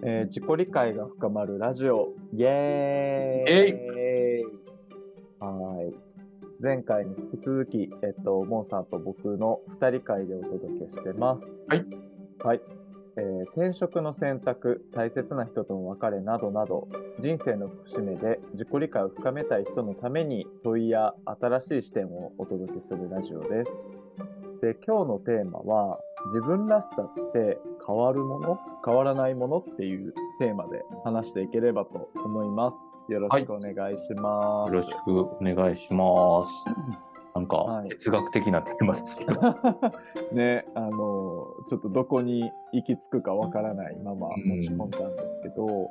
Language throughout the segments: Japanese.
自己理解が深まるラジオ、イエーイ。はい。前回に引き続き、モンさんと僕の二人会でお届けしてます。 はい。 はい。転職の選択、大切な人との別れなどなど、人生の節目で自己理解を深めたい人のために問いや新しい視点をお届けするラジオです。で、今日のテーマは、自分らしさって変わるもの変わらないものっていうテーマで話していければと思います。よろしくお願いします。 よろしくお願いします。なんかはい哲学的なテーマですけど。 ね、ちょっとどこに行き着くかわからないまま持ち込んだんですけど、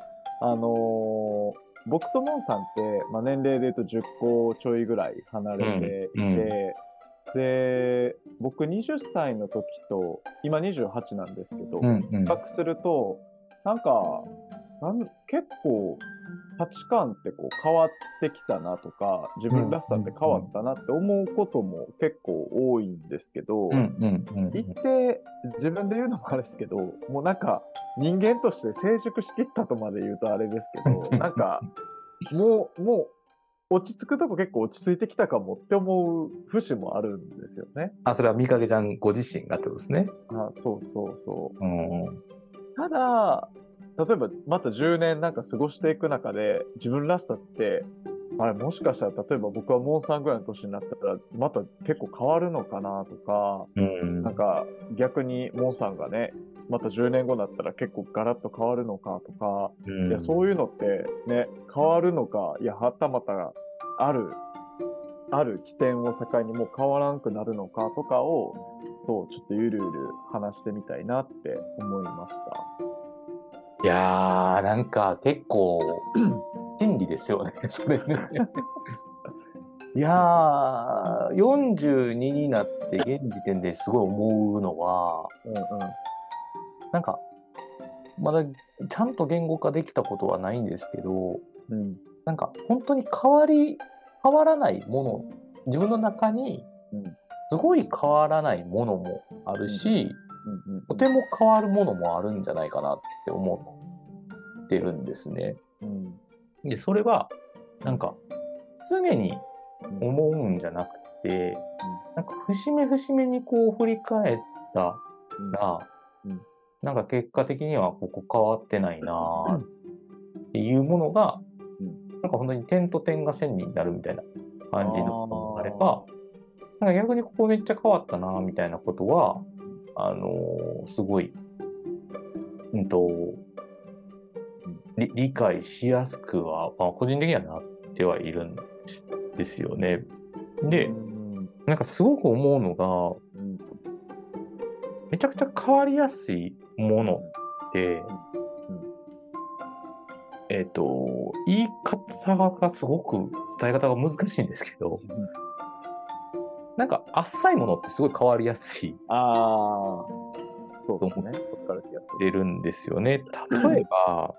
僕とモンさんって、年齢で言うと10個ちょいぐらい離れていて、で、僕20歳の時と、今28なんですけど、比較すると、結構価値観ってこう変わってきたなとか、自分らしさって変わったなって思うことも結構多いんですけど、一定自分で言うのもあれですけど、もうなんか人間として成熟しきったとまで言うとあれですけど、なんかもう落ち着くとこ結構落ち着いてきたかもって思う節もあるんですよね。 それはみかけちゃんご自身がってことですね。 そうそうそう。ただ、例えばまた10年なんか過ごしていく中で自分らしさって、あれもしかしたら例えば僕はモンさんぐらいの年になったらまた結構変わるのかなとか、なんか逆にモンさんがね、また10年後だったら結構ガラッと変わるのかとか、いやそういうのってね、変わるのか、いやはたまたある起点を境にもう変わらんくなるのかとかを、そうちょっとゆるゆる話してみたいなって思いました。 いやー、なんか結構真理ですよね、それね。いやー、42になって現時点ですごい思うのは、なんか、まだちゃんと言語化できたことはないんですけど、なんか本当に変わらないもの、自分の中にすごい変わらないものもあるし、とても変わるものもあるんじゃないかなって思ってるんですね。で、それはなんか常に思うんじゃなくて、なんか節目節目にこう振り返ったら、なんか結果的にはここ変わってないなっていうものが、なんか本当に点と点が線になるみたいな感じのこともあれば、なんか逆にここめっちゃ変わったなみたいなことは、すごい、理解しやすくは、個人的にはなってはいるんですよね。で、なんかすごく思うのが、めちゃくちゃ変わりやすいものって、言い方がすごく伝え方が難しいんですけど、なんかあっさいものってすごい変わりやすいそうとですね。 思ってるんですよね。例えば、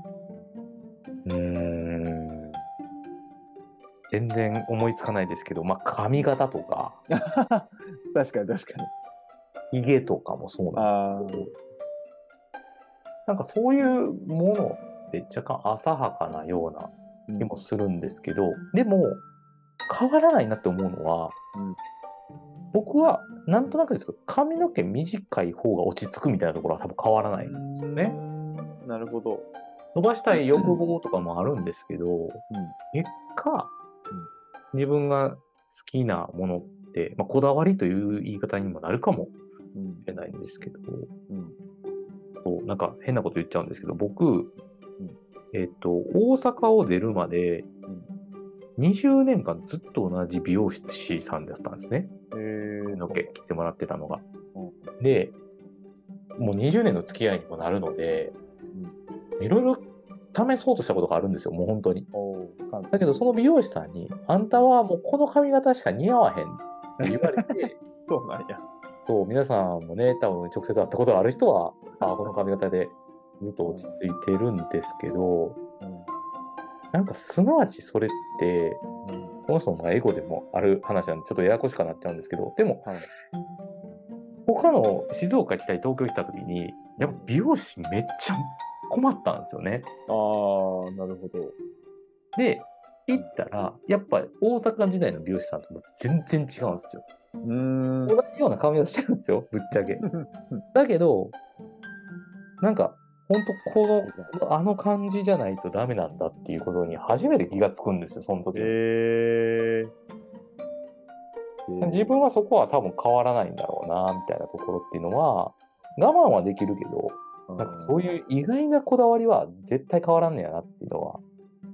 全然思いつかないですけど、髪型とか、 確かに。 ひげとかもそうなんですけど、なんかそういうものって若干浅はかなような気もするんですけど、でも変わらないなって思うのは、僕はなんとなくですけど、髪の毛短い方が落ち着くみたいなところは多分変わらないんですよね。 なるほど。 伸ばしたい欲望とかもあるんですけど、結果、自分が好きなものって、こだわりという言い方にもなるかもしれないんですけど、そうなんか変なこと言っちゃうんですけど、僕、大阪を出るまで、20年間ずっと同じ美容師さんだったんですね。髪の毛切ってもらってたのが。で、もう20年の付き合いにもなるので、いろいろ試そうとしたことがあるんですよ、もう本当に。だけど、その美容師さんに、あんたはもうこの髪型しか似合わへんって言われて、 そうなんや。 そう、皆さんもね、多分直接会ったことがある人は、この髪型でずっと落ち着いてるんですけど、なんかすなわちそれって、この人のエゴでもある話なんで、ちょっとややこしくなっちゃうんですけど、でも、他の静岡来たり東京来た時に、やっぱ美容師めっちゃ困ったんですよね。 ああ、なるほど。 で、行ったら、やっぱ大阪時代の美容師さんとも全然違うんですよ。 うーん。 同じような髪型してるんですよ、ぶっちゃけ。だけど、なんか、本当あの感じじゃないとダメなんだっていうことに初めて気がつくんですよ、その時に。自分はそこは多分変わらないんだろうな、みたいなところっていうのは、我慢はできるけど、なんかそういう意外なこだわりは絶対変わらんねやなっていうのは、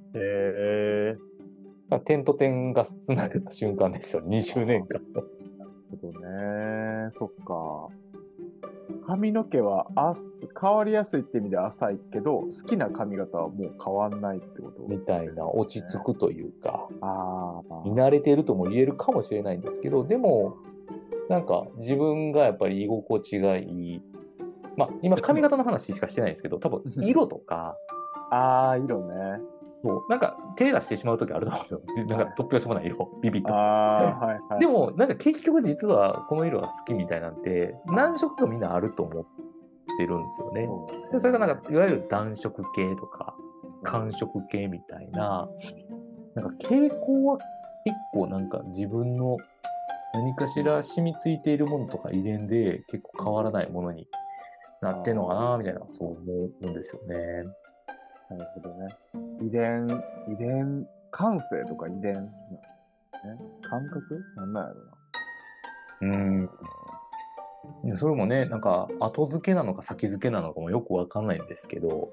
点と点がつながった瞬間ですよ、20年間の。 なるほどね。そっか。髪の毛は変わりやすいって意味では浅いけど、好きな髪型はもう変わんないってことみたいな、落ち着くというか、 あ見慣れているとも言えるかもしれないんですけど、でも、なんか自分がやっぱり居心地がいい。まあ、今髪型の話しかしてないんですけど、多分色とか、 あ。色ね。 そうなんか手出してしまう時あると思うんですよ。なんか突拍子もない色、ビビッと。 はいはい。 でも、なんか結局実はこの色が好きみたいなんて、何色かみんなあると思ってるんですよね。でそれがなんか、いわゆる暖色系とか、寒色系みたいな、なんか傾向は結構なんか自分の何かしら染みついているものとか遺伝で結構変わらないものになってんのかな、みたいな、そう思うんですよね。 なるほどね。遺伝、感性とか遺伝、感覚なんなんやろな。 それもね、なんか後付けなのか先付けなのかもよくわかんないんですけど、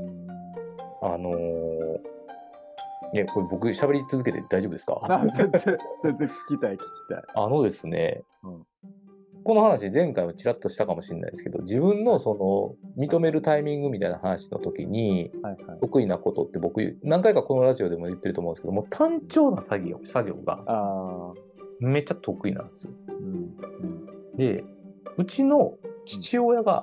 これ僕喋り続けて大丈夫ですか？ 全然聞きたい。 ですね、この話前回もちらっとしたかもしれないですけど、自分のその認めるタイミングみたいな話の時に、得意なことって僕何回かこのラジオでも言ってると思うんですけども、単調な作業がめっちゃ得意なんですよ。で、うちの父親が、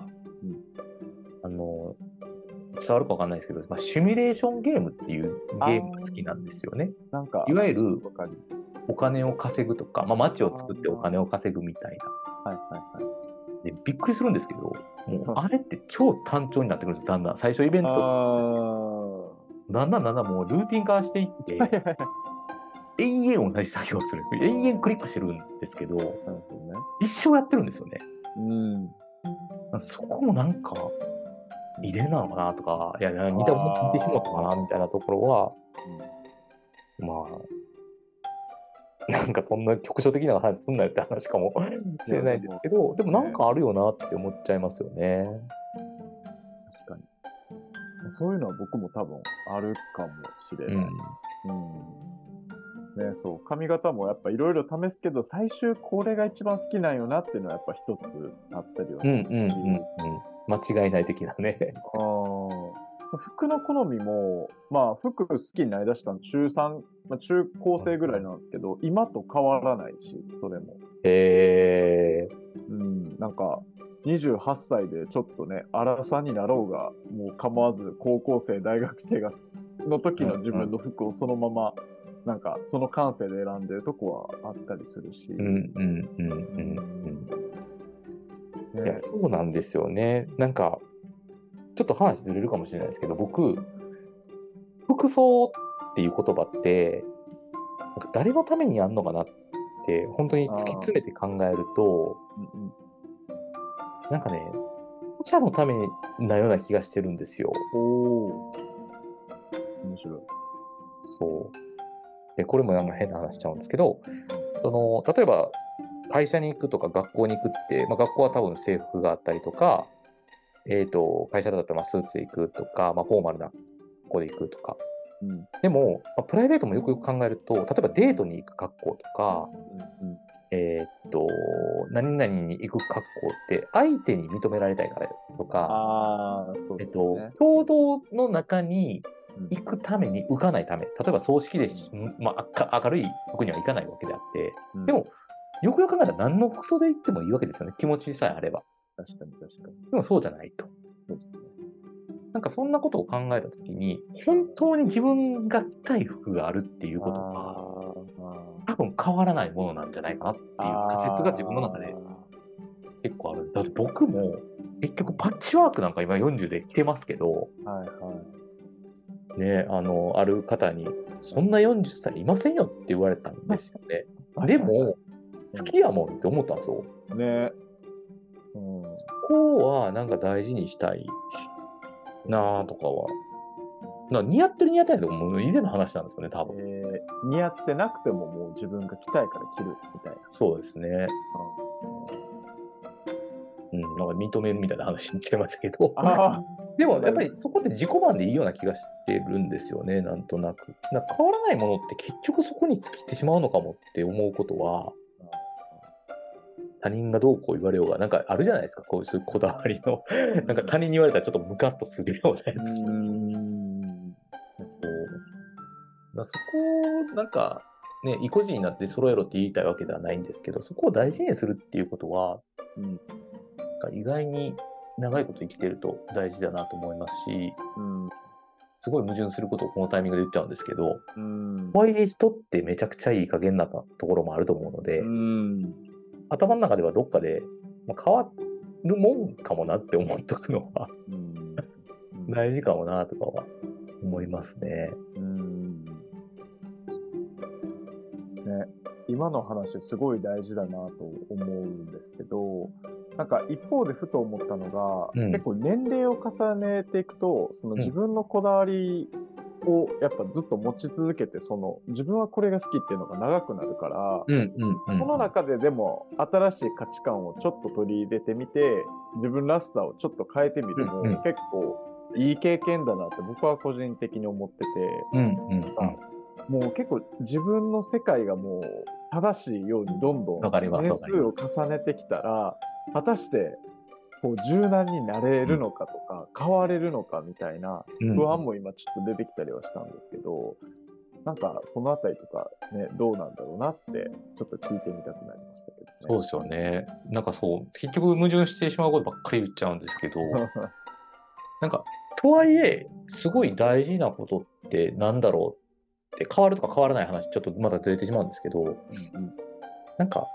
伝わるかわかんないですけど、シミュレーションゲームっていうゲームが好きなんですよね。いわゆるお金を稼ぐとか、街を作ってお金を稼ぐみたいな。でびっくりするんですけど、もうあれって超単調になってくるんです、だんだん。最初イベントとかだんだんもうルーティン化していって、永遠同じ作業をする。永遠クリックしてるんですけど、一生やってるんですよね。そこもなんか、遺伝なのかなとか、似てしまったかなみたいなところは、なんかそんな局所的な話すんなよって話かもしれないですけど、でもなんかあるよなって思っちゃいますよね。 確かに。そういうのは僕も多分あるかもしれない。そう、髪型もやっぱいろいろ試すけど、最終これが一番好きなんよなっていうのはやっぱ一つあったりはする。 間違いない的なね。 服の好みも、服好きになりだしたの中3、中高生ぐらいなんですけど、今と変わらないし、それも。なんか、28歳でちょっとね、荒さになろうが、もう構わず、高校生、大学生の時の自分の服をそのまま、なんか、その感性で選んでるとこはあったりするし。 いや、そうなんですよね。なんか、ちょっと話ずれるかもしれないですけど、僕、服装っていう言葉って、誰のためにやんのかなって、本当に突き詰めて考えると、なんかね、他者のためなような気がしてるんですよ。 面白い。 そう。で、これもなんか変な話しちゃうんですけど、例えば、会社に行くとか学校に行くって、学校は多分制服があったりとか、会社だったらスーツで行くとか、フォーマルな格好で行くとか。でも、プライベートもよくよく考えると、例えばデートに行く格好とか、何々に行く格好って相手に認められたいからとか、共同の中に行くために浮かないため、例えば葬式で、明るい服には行かないわけであって、でも、よくよく考えたら何の服装で行ってもいいわけですよね。気持ちさえあれば。 確かに。 でもそうじゃないと。なんかそんなことを考えたときに、本当に自分が着たい服があるっていうことは、多分変わらないものなんじゃないかなっていう仮説が自分の中で結構ある。だって僕も結局パッチワークなんか今40で来てますけど、 はいはい。 ね、ある方に、そんな40歳いませんよって言われたんですよね。でも、好きやもんって思ったんですよ。 ね。うん。 ここはなんか大事にしたいなとかは。似合ってる似合ってないとかもう以前の話なんですよね、多分。 似合ってなくてももう自分が着たいから着るみたいな。 そうですね。なんか認めるみたいな話になっちゃいましたけど。でもやっぱりそこって自己満でいいような気がしてるんですよね、なんとなく。変わらないものって結局そこに尽きてしまうのかもって思うことは、他人がどうこう言われようが、なんかあるじゃないですか、こういうこだわりの。なんか他人に言われたらちょっとムカッとするようなやつ。そこをなんか、ね、意固地になって揃えろって言いたいわけではないんですけど、そこを大事にするっていうことは、意外に長いこと生きてると大事だなと思いますし、すごい矛盾することをこのタイミングで言っちゃうんですけど、とはいえ人ってめちゃくちゃいい加減なところもあると思うので、頭の中ではどっかで変わるもんかもなって思っとくのは大事かもなとかは思いますね。 今の話すごい大事だなと思うんですけど、なんか一方でふと思ったのが、結構年齢を重ねていくと、その自分のこだわりをやっぱずっと持ち続けて、その自分はこれが好きっていうのが長くなるから、その中ででも新しい価値観をちょっと取り入れてみて、自分らしさをちょっと変えてみるのも結構いい経験だなって僕は個人的に思ってて、もう結構自分の世界がもう正しいようにどんどん年数を重ねてきたら、果たしてこう柔軟になれるのかとか、変われるのかみたいな不安も今ちょっと出てきたりはしたんですけど、なんかそのあたりとかね、どうなんだろうなってちょっと聞いてみたくなりましたけどね。 そうですよね。なんかそう、結局矛盾してしまうことばっかり言っちゃうんですけど、なんか、とはいえ、すごい大事なことってなんだろうって、変わるとか変わらない話、ちょっとまだずれてしまうんですけど、なんか、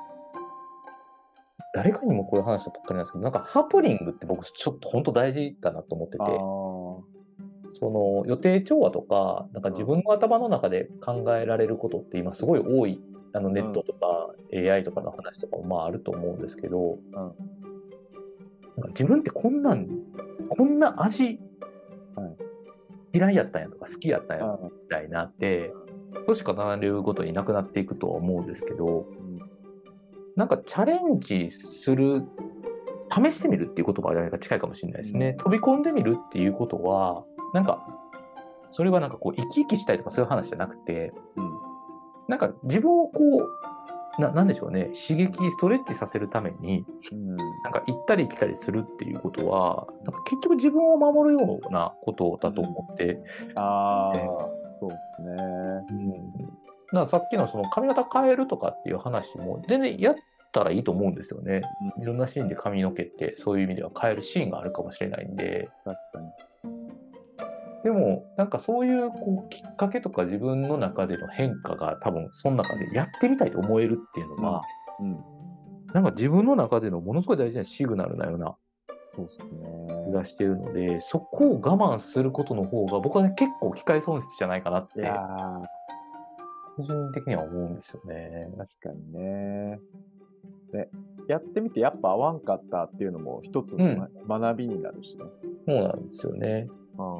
誰かにもこういう話したばっかりなんですけど、なんかハプニングって僕ちょっと本当大事だなと思ってて、その予定調和とか、なんか自分の頭の中で考えられることって今すごい多い、ネットとか AI とかの話とかもまああると思うんですけど、なんか自分ってこんな味、嫌いやったんやとか好きやったんやみたいなって、年重ねるごとになくなっていくとは思うんですけど、なんかチャレンジする、試してみるっていう言葉が近いかもしれないですね。飛び込んでみるっていうことは、なんか、それはなんかこう生き生きしたいとかそういう話じゃなくて、なんか自分をこう、なんでしょうね、刺激、ストレッチさせるために、なんか行ったり来たりするっていうことは、なんか結局自分を守るようなことだと思って、 そうですね。 だからさっきのその髪型変えるとかっていう話も全然やったらいいと思うんですよね。いろんなシーンで髪の毛ってそういう意味では変えるシーンがあるかもしれないんで。 確かに。 でもなんかそういうこうきっかけとか自分の中での変化が多分その中でやってみたいと思えるっていうのは、なんか自分の中でのものすごい大事なシグナルなような気がしているので、そこを我慢することの方が僕はね結構機会損失じゃないかなって個人的には思うんですよね。 確かにね。で、やってみてやっぱ合わんかったっていうのも一つの学びになるしね。 そうなんですよね。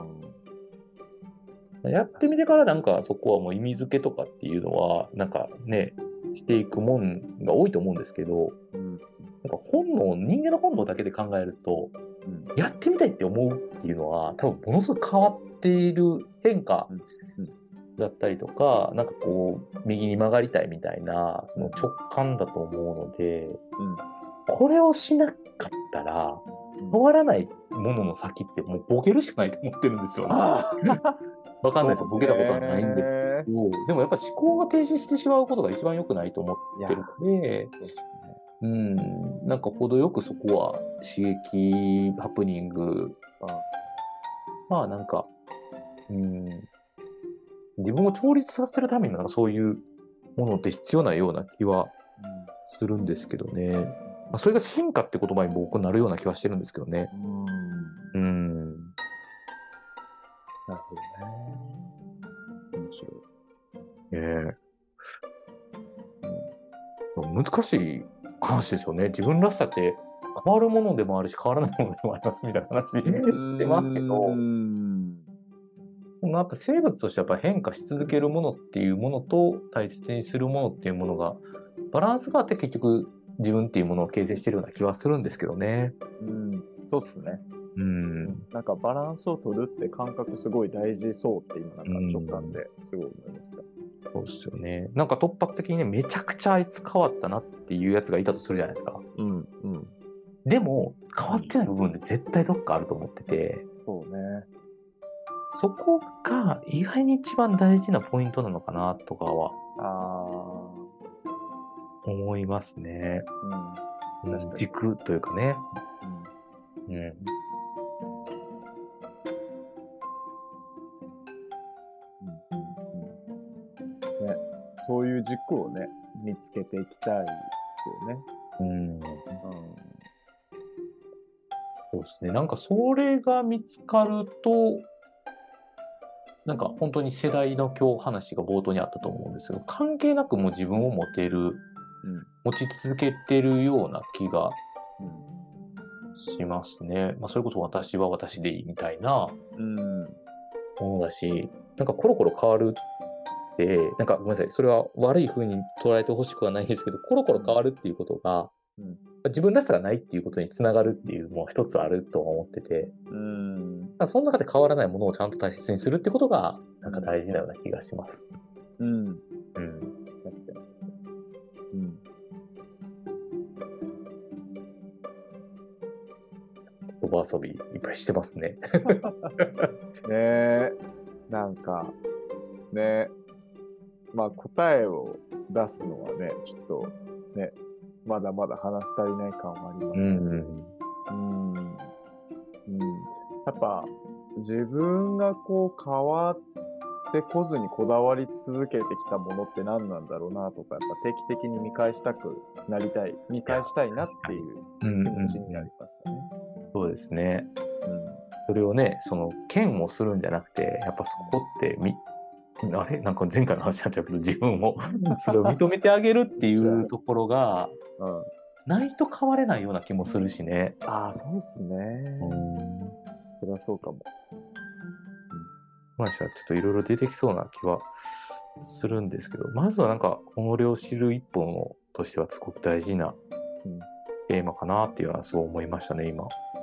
やってみてからなんかそこはもう意味付けとかっていうのはなんかねしていくもんが多いと思うんですけど、なんか人間の本能だけで考えると、やってみたいって思うっていうのは多分ものすごく変わっている変化だったりとか、なんかこう右に曲がりたいみたいなその直感だと思うので、これをしなかったら変わらないものの先ってもうボケるしかないと思ってるんですよね。わかんないですよ。ボケたことはないんですけど、でもやっぱ思考が停止してしまうことが一番良くないと思ってるので、なんか程よくそこは刺激、ハプニング、まあなんか、自分を調律させるためになんかそういうものって必要なような気はするんですけどね。 それが進化って言葉に僕なるような気はしてるんですけどね。 なるほどね。面白い。 え難しい話ですよね。自分らしさって変わるものでもあるし変わらないものでもありますみたいな話してますけど、やっぱ生物としてやっぱ変化し続けるものっていうものと大切にするものっていうものがバランスがあって結局自分っていうものを形成してるような気はするんですけどね。 そうっすね。なんかバランスを取るって感覚すごい大事そうって今なんか直感ですごい思いました。 そうですよね。なんか突発的にね、めちゃくちゃあいつ変わったなっていうやつがいたとするじゃないですか。でも変わってない部分で絶対どっかあると思ってて、 そうね。 そこが意外に一番大事なポイントなのかなとかは思いますね。軸というかね。 そういう軸をね、見つけていきたいですよね。 そうですね。なんかそれが見つかると、なんか本当に世代の今日話が冒頭にあったと思うんですけど、関係なくも自分を持てる、持ち続けてるような気がしますね。それこそ私は私でいいみたいなものだし、なんかコロコロ変わるって、なんかごめんなさい、それは悪い風に捉えてほしくはないんですけど、コロコロ変わるっていうことが、自分らしさがないっていうことにつながるっていうのも一つあると思ってて、その中で変わらないものをちゃんと大切にするってことがなんか大事なような気がします。言葉遊びいっぱいしてますね。 なんかね、答えを出すのはね、ちょっとね、まだまだ話し足りない感はありますね。やっぱ自分がこう変わってこずにこだわり続けてきたものって何なんだろうなとか、やっぱ定期的に見返したいなっていう気持ちになりましたね。 そうですね。それをね、その嫌悪するんじゃなくて、やっぱそこってなんか前回の話になっちゃうけど、自分をそれを認めてあげるっていうところがないと変われないような気もするしね。 そうっすね。それはそうかも。 話はちょっといろいろ出てきそうな気はするんですけど、まずはなんか己を知る一本としてはすごく大事なテーマかなっていうのはそう思いましたね、今。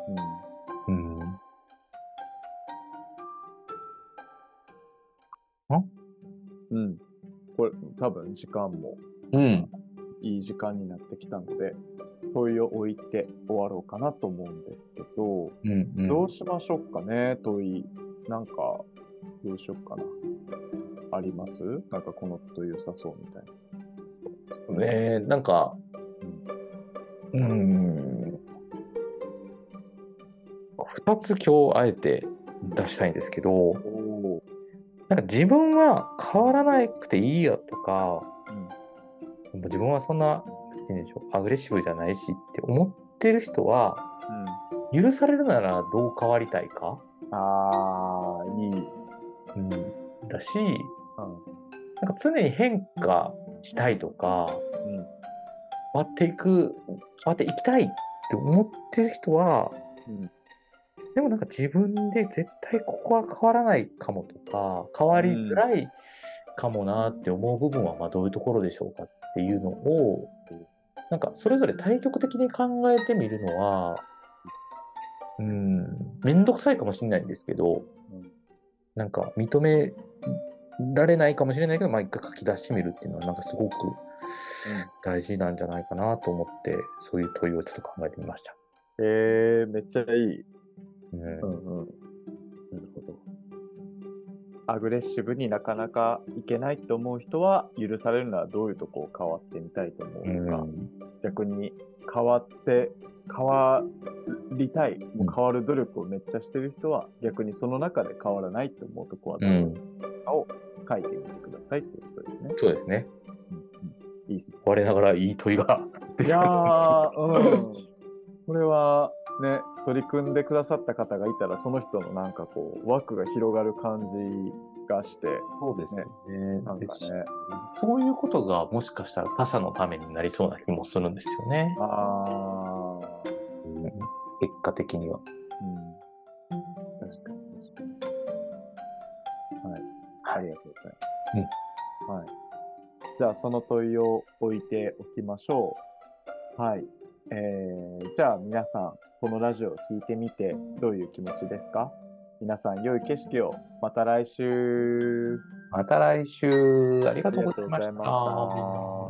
これ多分時間もいい時間になってきたので、問いを置いて終わろうかなと思うんですけど、どうしましょうかね、問い。なんか、どうしようかな。あります？なんかこの問い良さそうみたいな。 そうですね。なんか、2つ今日あえて出したいんですけど、なんか自分は変わらなくていいやとか、自分はそんな、アグレッシブじゃないしって思ってる人は、許されるならどう変わりたいか？ いい。 だし、なんか常に変化したいとか、変わっていきたいって思ってる人は、でもなんか自分で絶対ここは変わらないかもとか、変わりづらいかもなって思う部分はどういうところでしょうかっていうのを、なんかそれぞれ対極的に考えてみるのは、めんどくさいかもしれないんですけど、なんか認められないかもしれないけど、一回書き出してみるっていうのはなんかすごく大事なんじゃないかなと思って、そういう問いをちょっと考えてみました。 めっちゃいい。なるほど。アグレッシブになかなかいけないと思う人は、許されるならどういうとこを変わってみたいと思うのか、逆に変わりたい、変わる努力をめっちゃしてる人は、逆にその中で変わらないと思うとこはどういうかを書いてみてくださいということですね。 そうですね。 いいですね。 我ながらいい問いが出いやてくると思いましょうー、これはね、取り組んでくださった方がいたら、その人のなんかこう、枠が広がる感じがして、 そうですよね。 なんかね、 そういうことがもしかしたら他者のためになりそうな気もするんですよね。 あー、 うん、結果的には。 うん、確かに確かに。はい、 はい。 ありがとうございます。はい。じゃあ、その問いを置いておきましょう。はい。じゃあ、皆さん、このラジオを聞いてみて、どういう気持ちですか？皆さん、良い景色を。また来週。 また来週、ありがありがとうございましとうございました。 た。